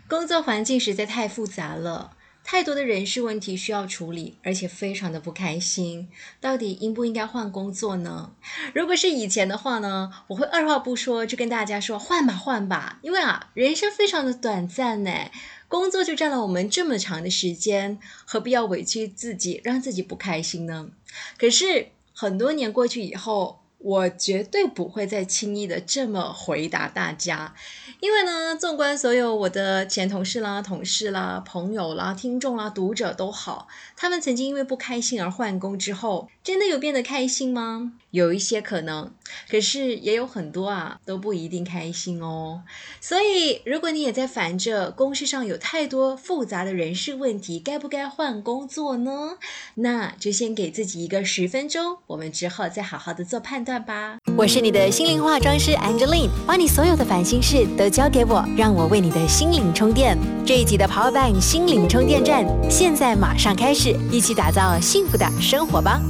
工作环境实在太复杂了，太多的人事问题需要处理，而且非常的不开心。到底应不应该换工作呢？如果是以前的话呢，我会二话不说就跟大家说换吧换吧，因为人生非常的短暂呢，工作就占了我们这么长的时间，何必要委屈自己，让自己不开心呢？可是很多年过去以后，我绝对不会再轻易的这么回答大家，因为呢，纵观所有我的前同事啦、同事啦、朋友啦、听众啦、读者都好，他们曾经因为不开心而换工之后，真的有变得开心吗？有一些可能，可是也有很多都不一定开心哦。所以，如果你也在烦着公事上有太多复杂的人事问题，该不该换工作呢？那就先给自己一个10分钟，我们之后再好好的做判断吧。 我是你的心灵化妆师 Angeline， 把你所有的烦心事都交给我，让我为你的心灵充电。这一集的 Power Bank 心灵充电站，现在马上开始，一起打造幸福的生活吧。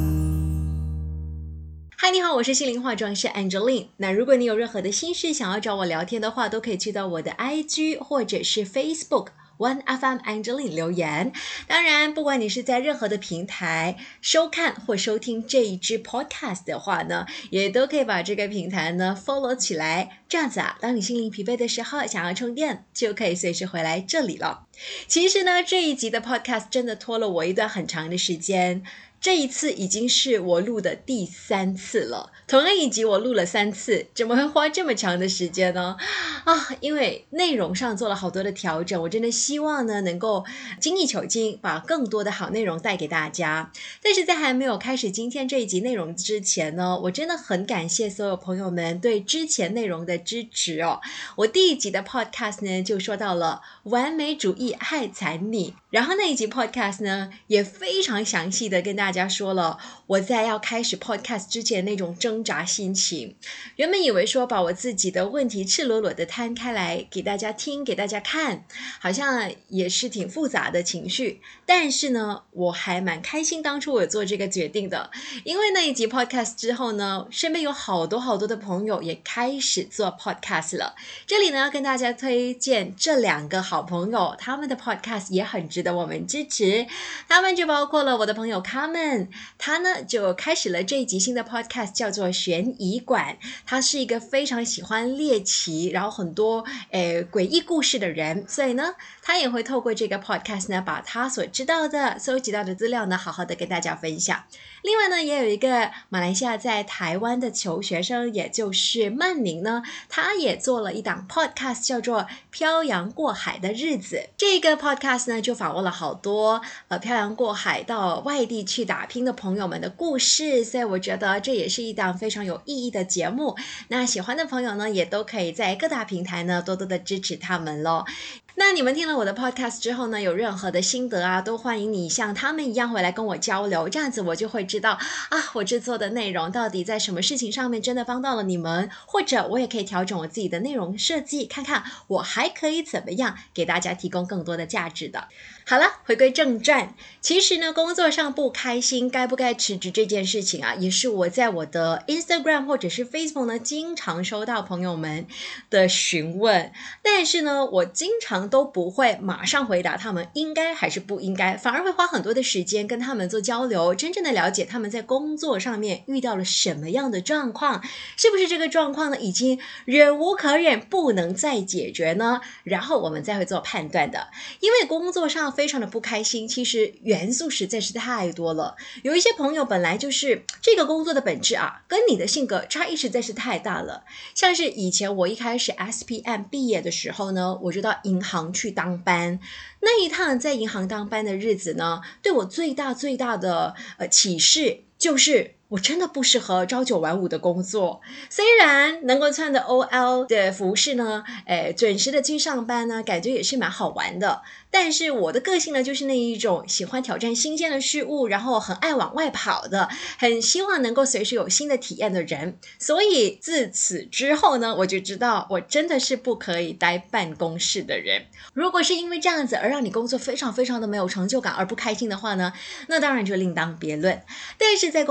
嗨，你好，我是心灵化妆师 Angeline。那如果你有任何的心事想要找我聊天的话，都可以去到我的 IG 或者是 Facebook。1FM Angeline 留言。当然，不管你是在任何的平台收看或收听这一支 podcast 的话呢，也都可以把这个平台呢 follow 起来。这样子当你心灵疲惫的时候，想要充电，就可以随时回来这里了。其实呢，这一集的 podcast 真的拖了我一段很长的时间。这一次已经是我录的第3次了，同样一集我录了3次，怎么会花这么长的时间呢？因为内容上做了好多的调整，我真的希望呢能够精益求精，把更多的好内容带给大家。但是在还没有开始今天这一集内容之前呢，我真的很感谢所有朋友们对之前内容的支持哦。我第一集的 podcast 呢就说到了完美主义害惨你，然后那一集 podcast 呢也非常详细的跟大家说了我在要开始 podcast 之前那种挣扎心情。原本以为说把我自己的问题赤裸裸的摊开来给大家听给大家看，好像也是挺复杂的情绪，但是呢我还蛮开心当初我做这个决定的。因为那一集 podcast 之后呢，身边有好多的朋友也开始做 podcast 了。这里呢要跟大家推荐这2个好朋友，他们的 podcast 也很值得我们支持。他们就包括了我的朋友 Carmen， 他呢就开始了这一集新的 podcast 叫做悬疑馆。他是一个非常喜欢猎奇然后很多诡异故事的人，所以呢他也会透过这个 podcast 呢把他所知道的搜集到的资料呢好好的跟大家分享。另外呢也有一个马来西亚在台湾的求学生，也就是曼宁呢，他也做了一档 podcast 叫做漂洋过海的日子。这个 podcast 呢就访问了好多漂洋过海到外地去打拼的朋友们的故事，所以我觉得这也是一档非常有意义的节目。那喜欢的朋友呢也都可以在各大平台呢多多的支持他们咯。那你们听了我的 podcast 之后呢，有任何的心得都欢迎你像他们一样回来跟我交流，这样子我就会知道我制作的内容到底在什么事情上面真的帮到了你们，或者我也可以调整我自己的内容设计，看看我还可以怎么样给大家提供更多的价值的。好了，回归正传。其实呢，工作上不开心该不该辞职这件事情也是我在我的 Instagram 或者是 Facebook 呢经常收到朋友们的询问，但是呢我经常都不会马上回答他们应该还是不应该，反而会花很多的时间跟他们做交流，真正的了解他们在工作上面遇到了什么样的状况，是不是这个状况呢已经忍无可忍不能再解决呢，然后我们再会做判断的。因为工作上非常的不开心，其实元素实在是太多了。有一些朋友本来就是这个工作的本质跟你的性格差异实在是太大了。像是以前我一开始 SPM 毕业的时候呢，我就到银行去当班。那一趟在银行当班的日子呢，对我最大的启示就是我真的不适合朝9晚5的工作。虽然能够穿的 OL 的服饰呢准时的去上班呢，感觉也是蛮好玩的，但是我的个性呢就是那一种喜欢挑战新鲜的事物，然后很爱往外跑的，很希望能够随时有新的体验的人。所以自此之后呢，我就知道我真的是不可以待办公室的人。如果是因为这样子而让你工作非常的没有成就感而不开心的话呢，那当然就另当别论。但是在工作职场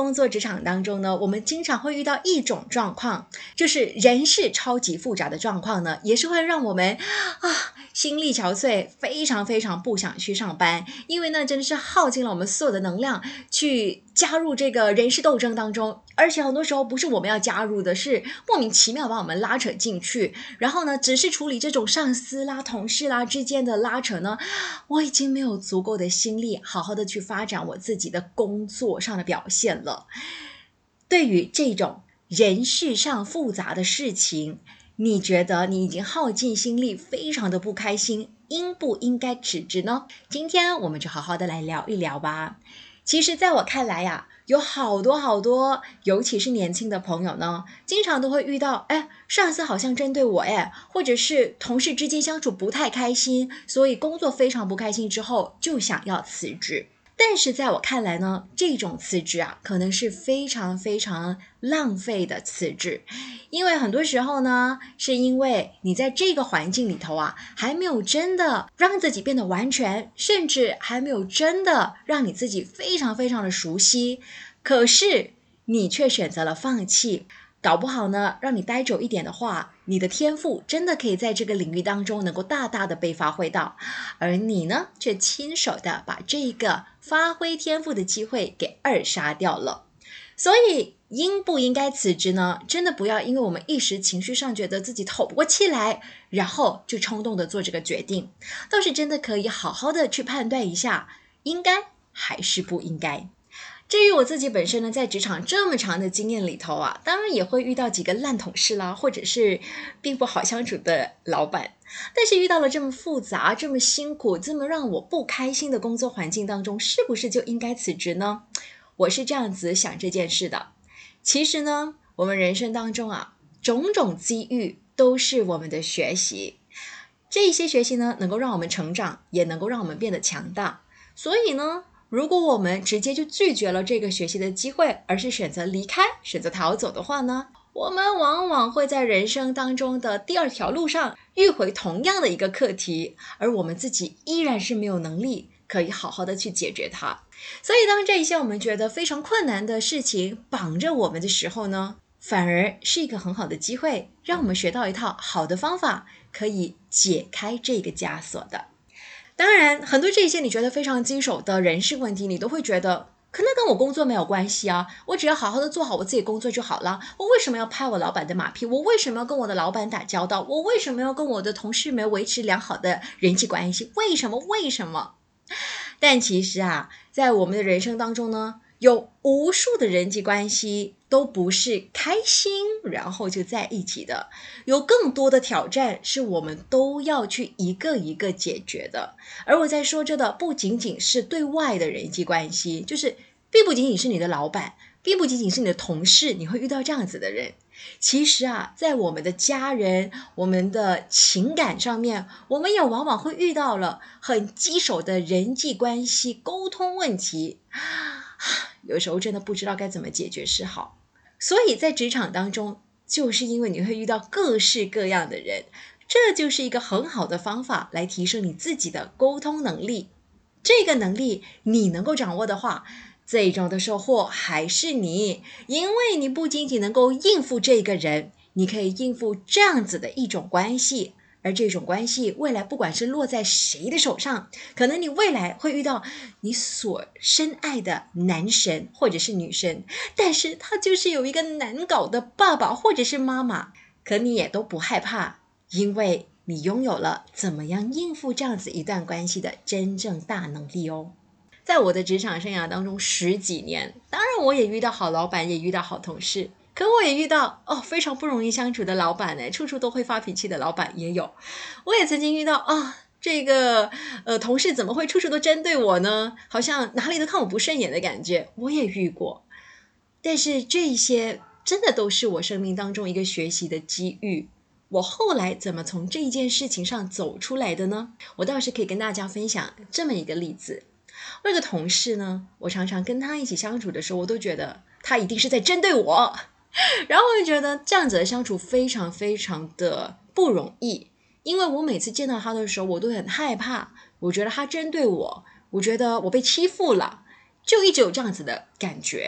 场当中呢，我们经常会遇到一种状况，就是人事超级复杂的状况呢，也是会让我们心力憔悴，非常非常不想去上班，因为呢真的是耗尽了我们所有的能量去加入这个人事斗争当中，而且很多时候不是我们要加入的，是莫名其妙把我们拉扯进去，然后呢只是处理这种上司啦同事啦之间的拉扯呢，我已经没有足够的心力好好的去发展我自己的工作上的表现了。对于这种人事上复杂的事情，你觉得你已经耗尽心力，非常的不开心，应不应该辞职呢？今天我们就好好的来聊一聊吧。其实在我看来呀，有好多，尤其是年轻的朋友呢，经常都会遇到，上司好像针对我，或者是同事之间相处不太开心，所以工作非常不开心之后就想要辞职。但是在我看来呢，这种辞职可能是非常非常浪费的辞职，因为很多时候呢，是因为你在这个环境里头还没有真的让自己变得完全，甚至还没有真的让你自己非常非常的熟悉，可是你却选择了放弃。搞不好呢，让你待久一点的话，你的天赋真的可以在这个领域当中能够大大的被发挥到，而你呢，却亲手的把这个发挥天赋的机会给扼杀掉了。所以应不应该辞职呢？真的不要因为我们一时情绪上觉得自己透不过气来，然后就冲动的做这个决定，倒是真的可以好好的去判断一下，应该还是不应该。至于我自己本身呢，在职场这么长的经验里头当然也会遇到几个烂同事啦，或者是并不好相处的老板，但是遇到了这么复杂、这么辛苦、这么让我不开心的工作环境当中，是不是就应该辞职呢？我是这样子想这件事的。其实呢，我们人生当中种种机遇都是我们的学习，这些学习呢，能够让我们成长，也能够让我们变得强大。所以呢，如果我们直接就拒绝了这个学习的机会，而是选择离开，选择逃走的话呢，我们往往会在人生当中的第二条路上遇回同样的一个课题，而我们自己依然是没有能力可以好好的去解决它。所以当这一些我们觉得非常困难的事情绑着我们的时候呢，反而是一个很好的机会，让我们学到一套好的方法，可以解开这个枷锁的。当然，很多这些你觉得非常棘手的人事问题，你都会觉得可能跟我工作没有关系我只要好好的做好我自己工作就好了，我为什么要拍我老板的马屁？我为什么要跟我的老板打交道？我为什么要跟我的同事们维持良好的人际关系？为什么？但其实在我们的人生当中呢，有无数的人际关系都不是开心然后就在一起的，有更多的挑战是我们都要去一个一个解决的。而我在说这的不仅仅是对外的人际关系，就是并不仅仅是你的老板，并不仅仅是你的同事，你会遇到这样子的人。其实在我们的家人，我们的情感上面，我们也往往会遇到了很棘手的人际关系沟通问题，有时候真的不知道该怎么解决是好。所以在职场当中，就是因为你会遇到各式各样的人，这就是一个很好的方法来提升你自己的沟通能力。这个能力你能够掌握的话，最终的收获还是你，因为你不仅仅能够应付这个人，你可以应付这样子的一种关系，而这种关系未来不管是落在谁的手上，可能你未来会遇到你所深爱的男神或者是女神，但是他就是有一个难搞的爸爸或者是妈妈，可你也都不害怕，因为你拥有了怎么样应付这样子一段关系的真正大能力哦。在我的职场生涯当中10几年，当然我也遇到好老板，也遇到好同事，可我也遇到非常不容易相处的老板处处都会发脾气的老板也有。我也曾经遇到这个同事怎么会处处都针对我呢？好像哪里都看我不顺眼的感觉，我也遇过。但是这些真的都是我生命当中一个学习的机遇。我后来怎么从这一件事情上走出来的呢？我倒是可以跟大家分享这么一个例子。我有个同事呢，我常常跟他一起相处的时候，我都觉得他一定是在针对我，然后我就觉得这样子的相处非常非常的不容易，因为我每次见到他的时候，我都很害怕，我觉得他针对我，我觉得我被欺负了，就一直有这样子的感觉。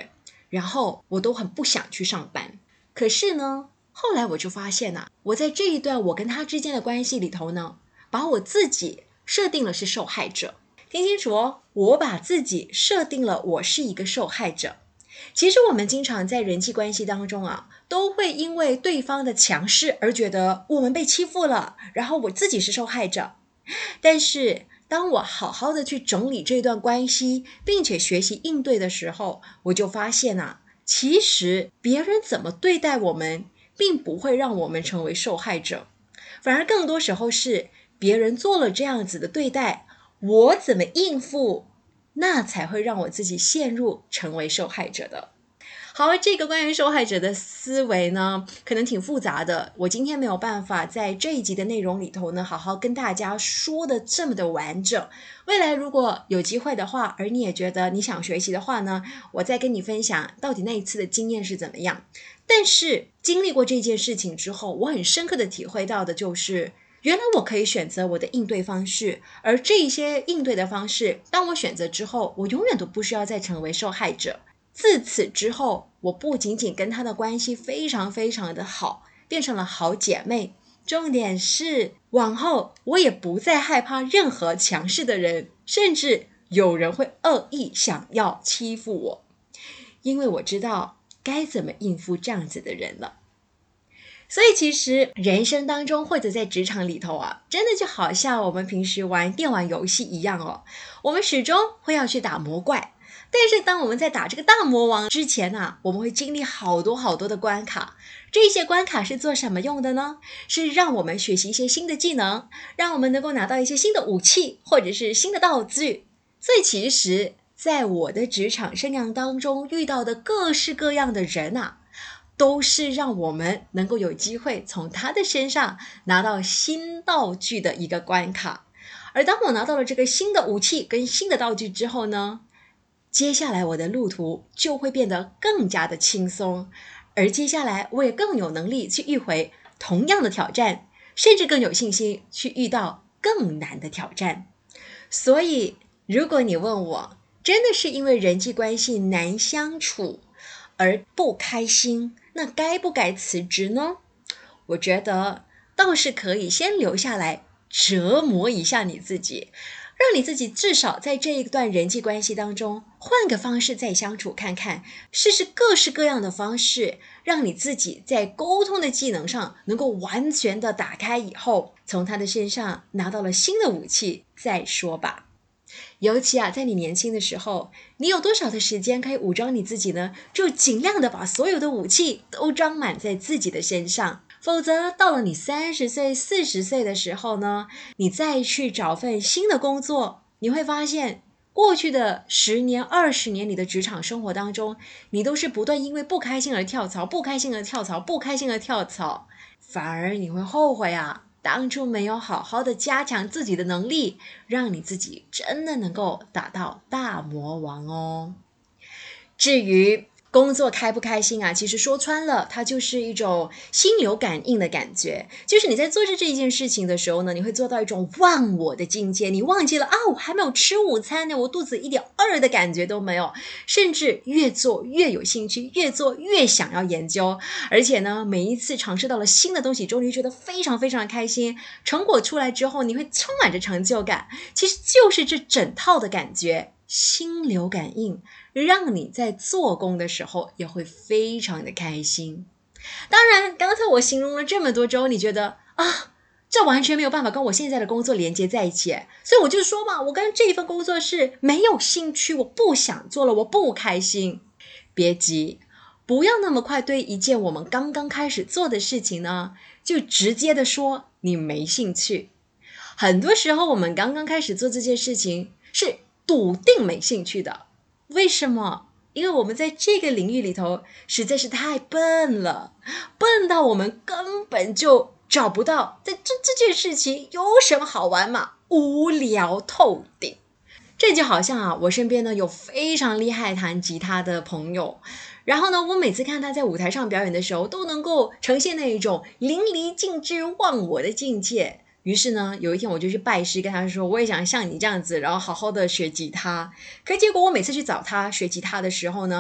然后我都很不想去上班。可是呢，后来我就发现我在这一段我跟他之间的关系里头呢，把我自己设定了是受害者。听清楚哦，我把自己设定了我是一个受害者。其实我们经常在人际关系当中都会因为对方的强势而觉得我们被欺负了，然后我自己是受害者。但是当我好好的去整理这段关系，并且学习应对的时候，我就发现其实别人怎么对待我们，并不会让我们成为受害者，反而更多时候是别人做了这样子的对待，我怎么应付，那才会让我自己陷入成为受害者的。好，这个关于受害者的思维呢，可能挺复杂的，我今天没有办法在这一集的内容里头呢，好好跟大家说的这么的完整。未来如果有机会的话，而你也觉得你想学习的话呢，我再跟你分享到底那一次的经验是怎么样。但是经历过这件事情之后，我很深刻的体会到的就是，原来我可以选择我的应对方式，而这些应对的方式，当我选择之后，我永远都不需要再成为受害者。自此之后，我不仅仅跟她的关系非常非常的好，变成了好姐妹，重点是往后我也不再害怕任何强势的人，甚至有人会恶意想要欺负我，因为我知道该怎么应付这样子的人了。所以其实人生当中或者在职场里头真的就好像我们平时玩电玩游戏一样我们始终会要去打魔怪，但是当我们在打这个大魔王之前我们会经历好多好多的关卡。这些关卡是做什么用的呢？是让我们学习一些新的技能，让我们能够拿到一些新的武器或者是新的道具。所以其实在我的职场生涯当中遇到的各式各样的人都是让我们能够有机会从他的身上拿到新道具的一个关卡。而当我拿到了这个新的武器跟新的道具之后呢，接下来我的路途就会变得更加的轻松，而接下来我也更有能力去遇回同样的挑战，甚至更有信心去遇到更难的挑战。所以如果你问我，真的是因为人际关系难相处而不开心，那该不该辞职呢？我觉得倒是可以先留下来折磨一下你自己，让你自己至少在这一段人际关系当中换个方式再相处看看，试试各式各样的方式，让你自己在沟通的技能上能够完全的打开以后，从他的身上拿到了新的武器再说吧。尤其在你年轻的时候，你有多少的时间可以武装你自己呢？就尽量的把所有的武器都装满在自己的身上，否则到了你30岁、40岁的时候呢，你再去找份新的工作，你会发现过去的10年、20年你的职场生活当中，你都是不断因为不开心而跳槽，不开心而跳槽，不开心而跳槽，反而你会后悔当初没有好好的加强自己的能力，让你自己真的能够打到大魔王哦。至于工作开不开心其实说穿了，它就是一种心有感应的感觉，就是你在做这一件事情的时候呢，你会做到一种忘我的境界，你忘记了我还没有吃午餐呢，我肚子一点饿的感觉都没有，甚至越做越有兴趣，越做越想要研究，而且呢，每一次尝试到了新的东西之后，你会觉得非常非常开心，成果出来之后你会充满着成就感，其实就是这整套的感觉，心流感应，让你在做工的时候也会非常的开心。当然刚才我形容了这么多之后，你觉得这完全没有办法跟我现在的工作连接在一起，所以我就说嘛，我跟这一份工作是没有兴趣，我不想做了，我不开心。别急，不要那么快对一件我们刚刚开始做的事情呢，就直接的说你没兴趣。很多时候我们刚刚开始做这件事情是笃定没兴趣的，为什么？因为我们在这个领域里头实在是太笨了，笨到我们根本就找不到在这件事情有什么好玩嘛，无聊透顶。这就好像我身边呢有非常厉害弹吉他的朋友，然后呢我每次看他在舞台上表演的时候，都能够呈现那一种淋漓尽致忘我的境界。于是呢，有一天我就去拜师，跟他说我也想像你这样子，然后好好的学吉他。可结果我每次去找他学吉他的时候呢，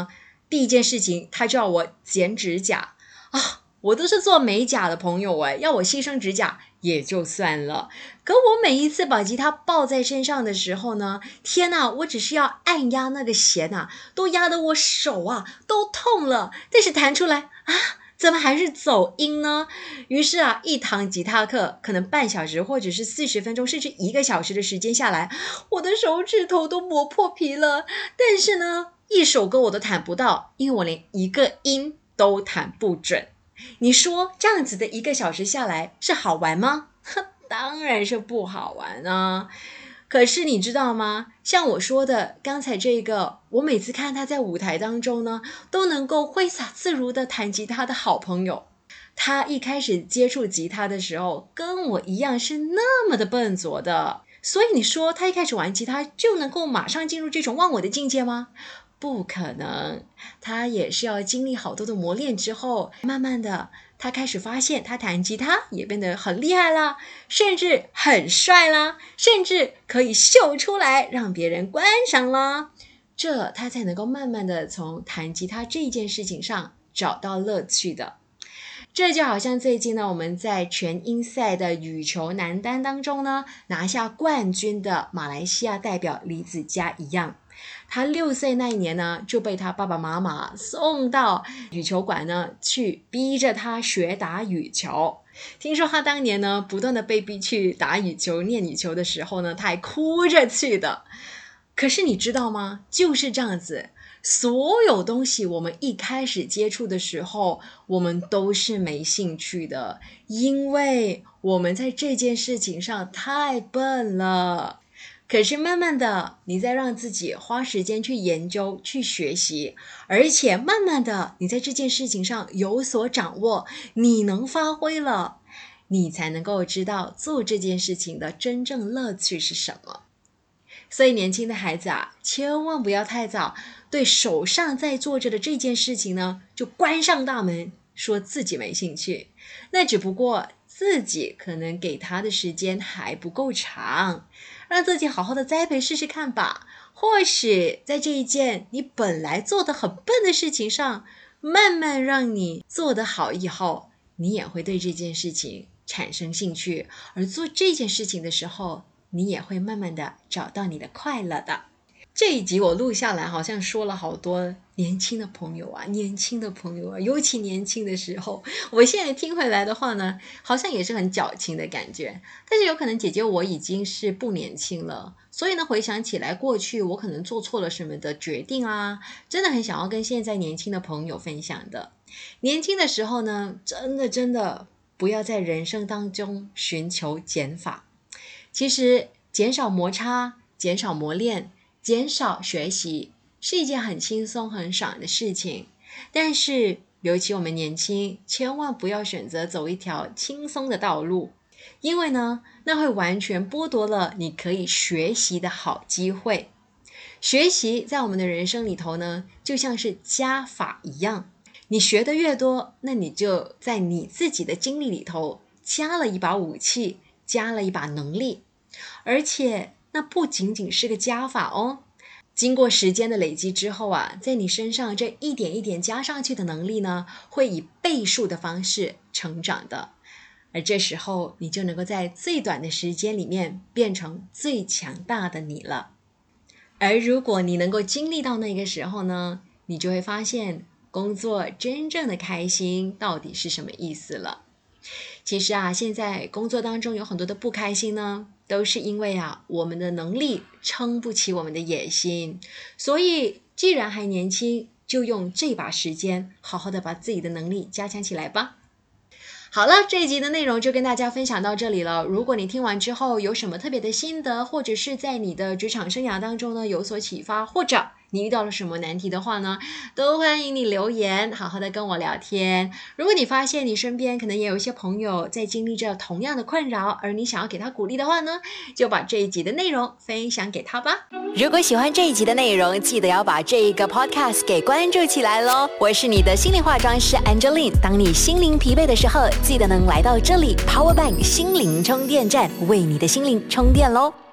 第一件事情他就要我剪指甲啊，我都是做美甲的朋友要我牺牲指甲也就算了，可我每一次把吉他抱在身上的时候呢，天哪，我只是要按压那个弦啊，都压得我手啊都痛了，但是弹出来啊，怎么还是走音呢？于是啊，一堂吉他课可能半小时或者是40分钟甚至1个小时的时间下来，我的手指头都磨破皮了，但是呢一首歌我都弹不到，因为我连一个音都弹不准。你说这样子的1个小时下来是好玩吗？当然是不好玩啊。可是你知道吗，像我说的刚才这个，我每次看他在舞台当中呢，都能够挥洒自如的弹吉他的好朋友，他一开始接触吉他的时候跟我一样是那么的笨拙的，所以你说他一开始玩吉他就能够马上进入这种忘我的境界吗？不可能，他也是要经历好多的磨练之后，慢慢的他开始发现他弹吉他也变得很厉害啦，甚至很帅啦，甚至可以秀出来让别人观赏啦，这他才能够慢慢的从弹吉他这件事情上找到乐趣的。这就好像最近呢，我们在全英赛的羽球男单当中呢，拿下冠军的马来西亚代表李子嘉一样，他6岁那一年呢，就被他爸爸妈妈送到羽球馆呢，去逼着他学打羽球。听说他当年呢，不断的被逼去打羽球、练羽球的时候呢，他还哭着去的。可是你知道吗？就是这样子，所有东西我们一开始接触的时候，我们都是没兴趣的，因为我们在这件事情上太笨了。可是慢慢的，你再让自己花时间去研究、去学习，而且慢慢的，你在这件事情上有所掌握，你能发挥了，你才能够知道做这件事情的真正乐趣是什么。所以年轻的孩子啊，千万不要太早对手上在做着的这件事情呢，就关上大门，说自己没兴趣。那只不过自己可能给他的时间还不够长，让自己好好的栽培试试看吧。或许在这一件你本来做得很笨的事情上，慢慢让你做得好以后，你也会对这件事情产生兴趣，而做这件事情的时候，你也会慢慢的找到你的快乐的。这一集我录下来好像说了好多年轻的朋友啊，尤其年轻的时候，我现在听回来的话呢，好像也是很矫情的感觉。但是有可能姐姐我已经是不年轻了，所以呢回想起来过去我可能做错了什么的决定啊，真的很想要跟现在年轻的朋友分享的。年轻的时候呢，真的不要在人生当中寻求减法。其实减少摩擦，减少磨练，减少学习是一件很轻松很爽的事情，但是尤其我们年轻，千万不要选择走一条轻松的道路，因为呢，那会完全剥夺了你可以学习的好机会。学习在我们的人生里头呢，就像是加法一样，你学的越多，那你就在你自己的经历里头加了一把武器，加了一把能力，而且那不仅仅是个加法哦。经过时间的累积之后啊，在你身上这一点一点加上去的能力呢，会以倍数的方式成长的。而这时候你就能够在最短的时间里面变成最强大的你了。而如果你能够经历到那个时候呢，你就会发现工作真正的开心到底是什么意思了。其实啊，现在工作当中有很多的不开心呢，都是因为啊，我们的能力撑不起我们的野心。所以既然还年轻，就用这把时间好好的把自己的能力加强起来吧。好了，这一集的内容就跟大家分享到这里了。如果你听完之后有什么特别的心得，或者是在你的职场生涯当中呢有所启发，或者你遇到了什么难题的话呢，都欢迎你留言，好好的跟我聊天。如果你发现你身边可能也有一些朋友在经历着同样的困扰，而你想要给他鼓励的话呢，就把这一集的内容分享给他吧。 如果喜欢这一集的内容，记得要把这一个 podcast 给关注起来咯。我是你的心理化妆师 Angeline， 当你心灵疲惫的时候，记得能来到这里 Power Bank 心灵充电站，为你的心灵充电咯。